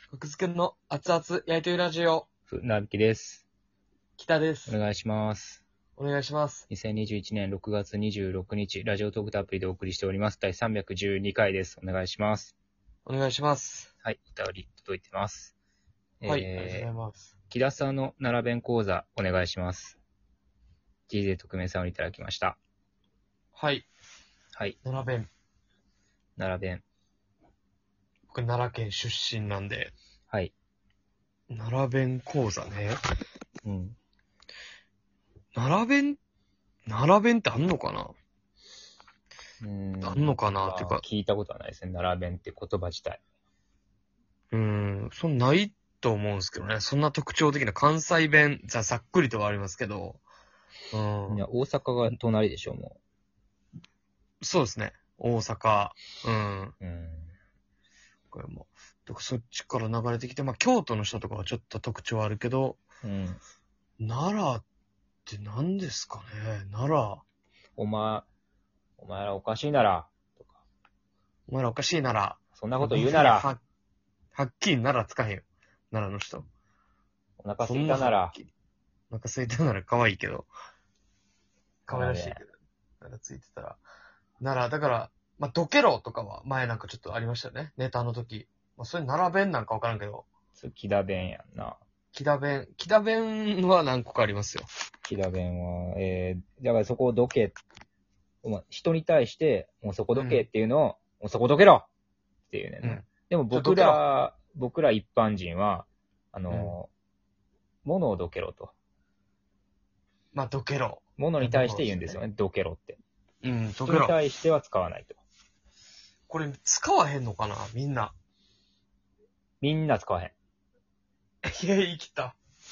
格付けの熱々焼いてるラジオ、 なびきです。 北です。 お願いします。 お願いします。 2021年6月26日、ラジオトークとアプリでお送りしております。第312回です。お願いします。 お願いします。 はい、お便り届いてます。 はい、ありがとうございます。 木田さんの奈良弁講座、お願いします。DJ 特命さんをいただきました。 はい。 はい。 奈良弁。 奈良弁。 僕、奈良県出身なんで。 はい。 奈良弁講座ね。 うん。 奈良弁ってあんのかなあんのかなっていうか。 聞いたことはないですね。奈良弁って言葉自体。 そんないと思うんですけどね。そんな特徴的な関西弁、ざっくりとはありますけど。 いや、大阪が隣でしょ、もそうですね。大阪。 う。 これも。そっちから流れてきて、京都の人とかはちょっと特徴あるけど、奈良って何ですかね。奈良。 お前らおかしいなら、とか。 お前らおかしいなら。 そんなこと言うなら。 はっきり奈良つかへんよ。奈良の人。 お腹空いたなら。 お腹空いたなら可愛いけど。可愛らしいけど。奈良ついてたら。奈良、だから、どけろとかは前なんかちょっとありましたよね。ネタの時。それ奈良弁なんかわからんけど。 それ木田弁やんな。 木田弁は何個かありますよ。 木田弁は、だからそこをどけ、人に対して、もうそこどけっていうのを、もうそこどけろっていうね。でも僕ら一般人は、物をどけろと。 どけろ。 物に対して言うんですよね。どけろって。 どけろ。 人に対しては使わないと。 これ使わへんのかなみんな。 みんな使わへん。 いや、言い切った。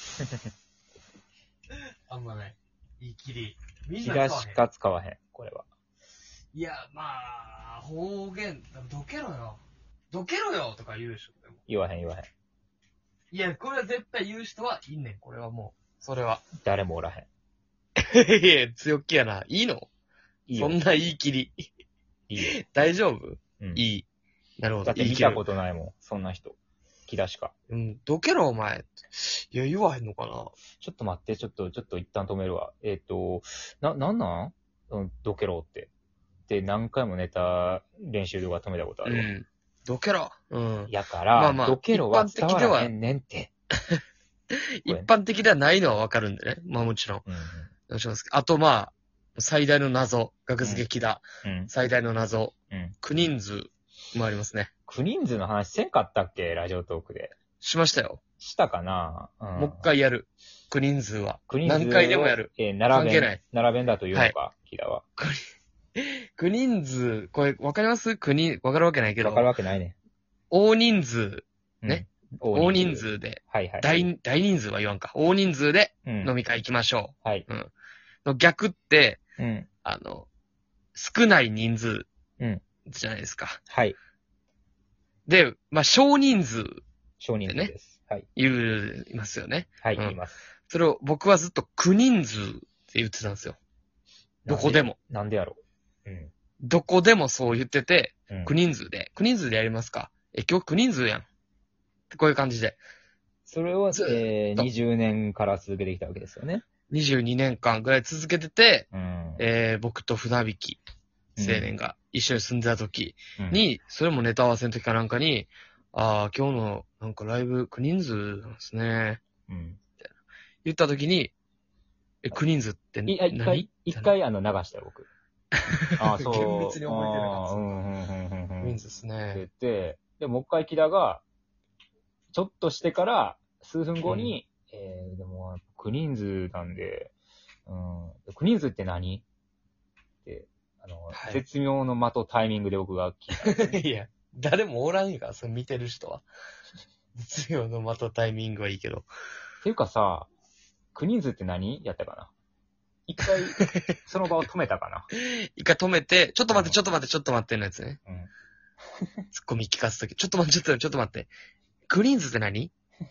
あんまない。言い切り。みんな使わへん。 木田しか使わへん、これは。 いや、方言、どけろよ。どけろよとか言うでしょ。 言わへん。いや、これは絶対言う人はいんねん。これはもう。それは。 誰もおらへん。いや、強気やな。いいのいいよ。 そんな言い切り。 いいよ。 大丈夫いい。 なるほど。だって見たことないもん。そんな人。木田しか。 どけろお前。いや、言わへんのかな。 ちょっと待って、ちょっと一旦止めるわ。なんどけろって。で、何回もネタ練習動画止めたことある。 どけろ。 やから、どけろは伝わらへんねんって。 一般的ではないのはわかるんでね。もちろん。あと最大の謎。学付け木田。最大の謎。9人数もありますね。 9人数の話せんかったっけラジオトークで。 しましたよ。 したかなもう一回やる。9人数は。何回でもやる。 関係ない。奈良弁だと言うのか、木田は。 9人数、これ、わかります ?9 人、わかるわけないけど。 わかるわけないね。 大人数、ね。大人数で。大人数は言わんか。大人数で飲み会行きましょう。はい。 の逆って、少ない人数、じゃないですか。 はい。 で、少人数。 少人数です。はい。 言いますよね。 はい、言います。 それを僕はずっと9人数って言ってたんですよ。どこでも。 なんでやろう。 どこでもそう言ってて、9人数でやりますか今日9人数やん。ってこういう感じで。 それを、20年から続けてきたわけですよね。 22年間ぐらい続けてて、僕と船引青年が一緒に住んでた時に、それもネタ合わせの時かなんかに、今日のなんかライブ9人数なんですね。言った時に、9人数って何一回流したよ、僕。 そう。厳密に覚えてなかった。9人数ですね。 って言って、で、もう一回木田が、ちょっとしてから、数分後に、でも、9人数なんで、9人数って何って、絶妙の的タイミングで僕が聞いた。 いや、誰もおらんか、それ見てる人は。絶妙の的タイミングはいいけど。 っていうかさ、9人数って何やったかな一回、その場を止めたかな一回止めて、ちょっと待ってのやつね。ツッコミ聞かすとき、ちょっと待って。9人数って何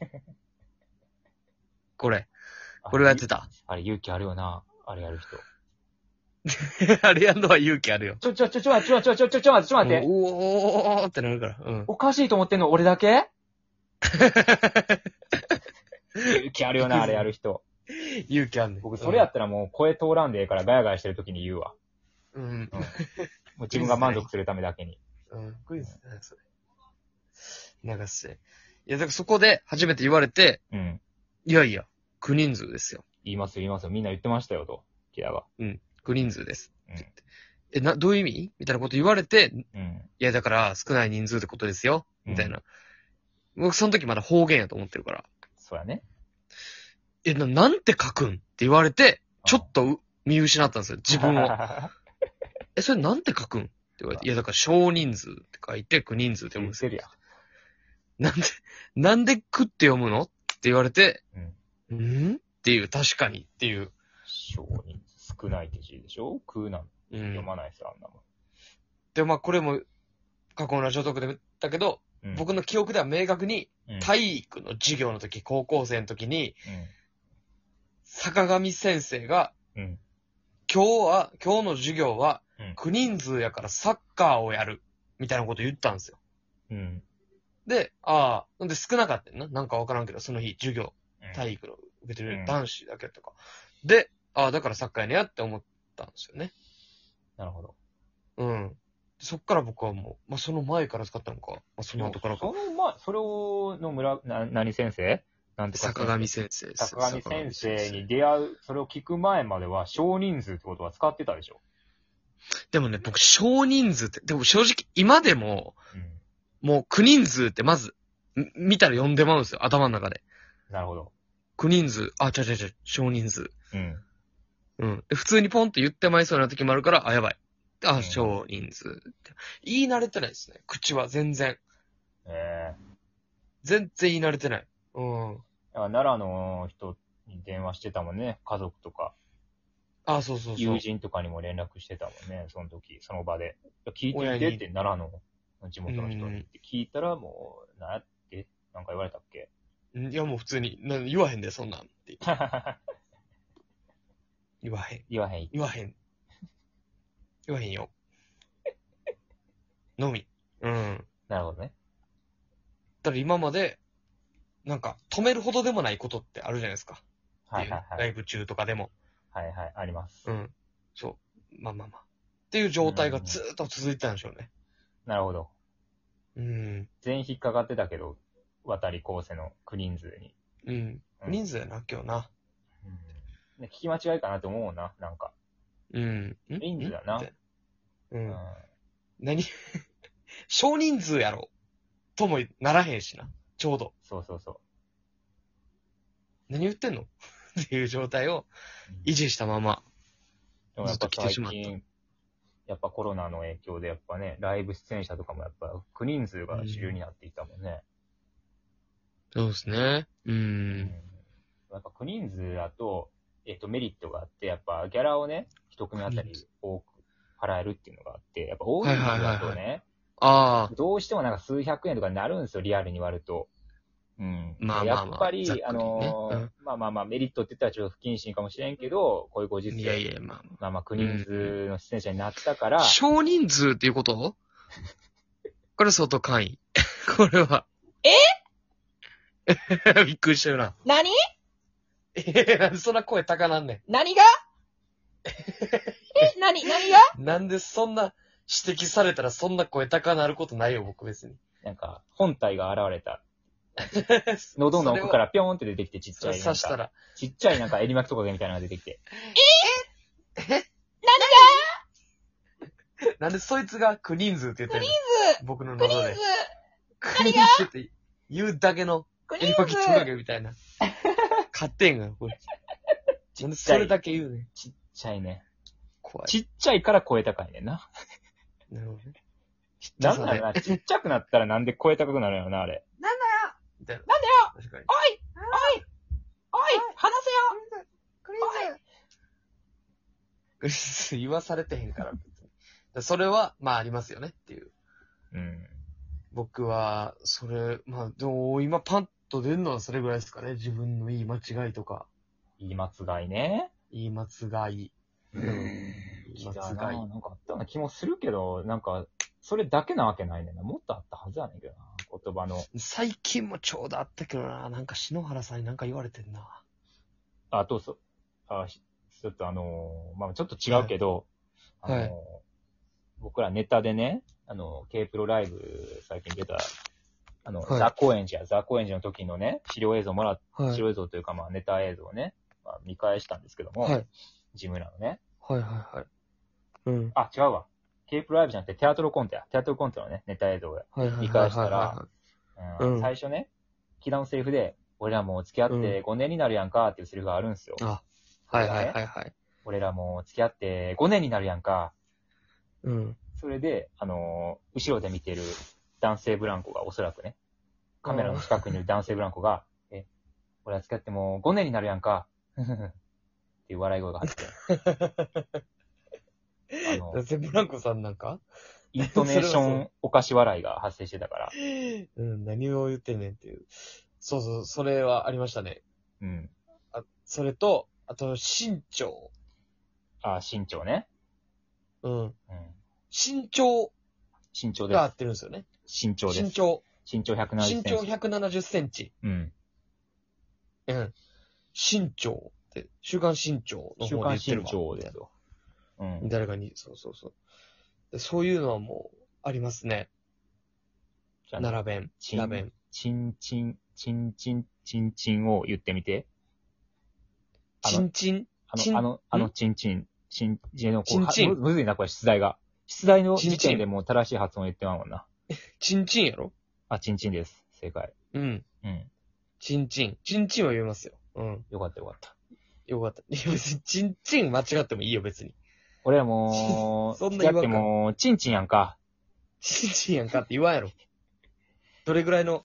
これはやってた。 あれ勇気あるよな、あれやる人。 あれやんのは勇気あるよ。 ちょ待って。 おーってなるから。 おかしいと思ってんの俺だけ勇気あるよな、あれやる人。 勇気あんねん。 僕、それやったらもう声通らんでええからガヤガヤしてる時に言うわ。 うん。 もう自分が満足するためだけに。 クイズだね、それ。流して。いや、だからそこで初めて言われて、いやいや、9人数ですよ。 言いますよ。みんな言ってましたよ、と。キラが。 9人数です。どういう意味みたいなこと言われて、いや、だから少ない人数ってことですよ。みたいな。僕、その時まだ方言やと思ってるから。 そうやね。 なんて書くんって言われて、ちょっと見失ったんですよ、自分を。それなんて書くんって言われて。いや、だから少人数って書いて、9人数って読むんですよ。なんでくって読むのって言われて、っていう、確かにっていう。 少人数、少ないって字でしょくなんて読まないですよ、あんなもん。 で、まあ、これも、過去のラジオトークでも言ったけど、僕の記憶では明確に、体育の授業の時、高校生の時に、坂上先生が、今日の授業は、9人数やからサッカーをやる、みたいなこと言ったんですよ。で、なんで少なかったよな。なんかわからんけど、その日、授業、体育の受けてる男子だけとか。で、だからサッカーやねやって思ったんですよね。 なるほど。 そっから僕はもう、その前から使ったのか、その後からか。 それを何先生なんて坂上先生です。 坂上先生に出会う、それを聞く前までは少人数ってことは使ってたでしょ。 でもね、僕少人数って、でも正直今でも、もう9人数ってまず、見たら呼んでまうんですよ、頭の中で。 なるほど。 9人数、少人数。で普通にポンと言ってまいそうな時もあるから、やばい。少人数って。言い慣れてないですね、口は全然。全然言い慣れてない。 奈良の人に電話してたもんね、家族とか。 そう。 友人とかにも連絡してたもんね、その時、その場で。聞いてみてって、奈良の地元の人にって聞いたら、もう、なんか言われたっけ？ いや、もう普通に、言わへんで、そんなんって。言わへんよ。のみ。 なるほどね。 だから今まで、なんか、止めるほどでもないことってあるじゃないですか。ライブ中とかでも。 あります。 そう。まあ。っていう状態がずーっと続いてたんでしょうね。 なるほど。 全員引っかかってたけど、渡り構成の9人数に。 9人数やな、今日な。 聞き間違いかなって思うな、なんか。9人数だな。 何少人数やろともならへんしな。ちょうど。 そう。 何言ってんのっていう状態を維持したまま、 ずっと来てしまった。やっぱコロナの影響でやっぱね、ライブ出演者とかもやっぱ9人数が主流になっていたもんね。 そうですね。 やっぱ9人数だと、メリットがあって、やっぱギャラをね、一組あたり多く払えるっていうのがあって、やっぱ大人数だとね、どうしてもなんか数百円とかになるんですよ、リアルに割ると。やっぱり、メリットって言ったらちょっと不謹慎かもしれんけど、こういうご時世。9人数の出演者になったから。 少人数っていうことこれ相当簡易。これは。びっくりしたよな。 何なんでそんな声高なんねん。 何が何がなんでそんな指摘されたらそんな声高なることないよ、僕別に。 なんか、本体が現れた。喉の奥からピョーンって出てきてちっちゃい。 刺したら。 ちっちゃいなんかエリマキトカゲみたいなのが出てきて。何がなんでそいつが9人数って言ってんの？僕の喉で。9人数って言うだけのエリマキトカゲみたいな。勝ってんが、これ。なんでそれだけ言うね。 ちっちゃいね。 怖い。 ちっちゃいから声高いねんな。 なるほどね。 なんだろな、ちっちゃくなったらなんで声高くなるよな、あれ。 なんだよ確かに。おい話せよクリス言わされてへんから、別に。それは、ありますよねっていう。僕は、でも今パッと出るのはそれぐらいですかね。自分の言い間違いとか。 言い間違いね。 言い間違い。 言い間違い。なんかあったような気もするけど、なんか、それだけなわけないねんな。もっとあったはずやねんけどな、こ言葉の。 最近もちょうどあったけどな、なんか篠原さんになんか言われてんな。 あと、ちょっとまあちょっと違うけど、 はい僕らネタでね、K プロライブ最近出た、 はいザ・高円寺の時のね、資料映像はい。 資料映像というかまあネタ映像をね、まあ、見返したんですけども、 はい。 ジムラのね。 はいはいはい。うん。 あ、違うわ。K プロライブじゃなくてテアトロコントや。テアトロコントのね、ネタ映像をはいはいはい見返したはいら、 は最初ね、木田のセリフで、俺らもう付き合って5年になるやんかっていうセリフがあるんですよ。 あ、はいはいはいはい。 俺らもう付き合って5年になるやんか。 うん。 それで、後ろで見てる男性ブランコがおそらくね、カメラの近くにいる男性ブランコが、俺ら付き合ってもう5年になるやんか。っていう笑い声が入って。 男性ブランコさんなんかイントネーションおかし笑いが発生してたから。 うん、何を言ってんねんっていう。そうそう、それはありましたね。 うん。 それと、あと、身長。 あ、身長ね。 うん。 うん。 身長身長です。 が合ってるんですよね。 身長です。 身長。 身長170センチ。 身長170センチ。 うん。 うん。身長って、週刊身長の週刊方で言ってるわ。 身長ですよ。うん。 誰かに、そうそうそう。でそういうのはもう、ありますね。 じゃあ奈良弁。 チン奈良弁。 チンチン、チンチン、チンチンを言ってみて。 チンチン。チンチンチン、チン、チン、 チンチンむずいな、これ、出題が。出題の時点でもう正しい発音言ってまうもんな。 チンチンやろ？ あ、チンチンです。正解。 うん。 うん。 チンチン。チンチンは言えますよ。うん。 よかったよかった。 よかった。いや別に、チンチン間違ってもいいよ、別に。 俺らもう、 そんな付き合って違和感もう、チンチンやんか。 チンチンやんかって言わんやろ。どれぐらいの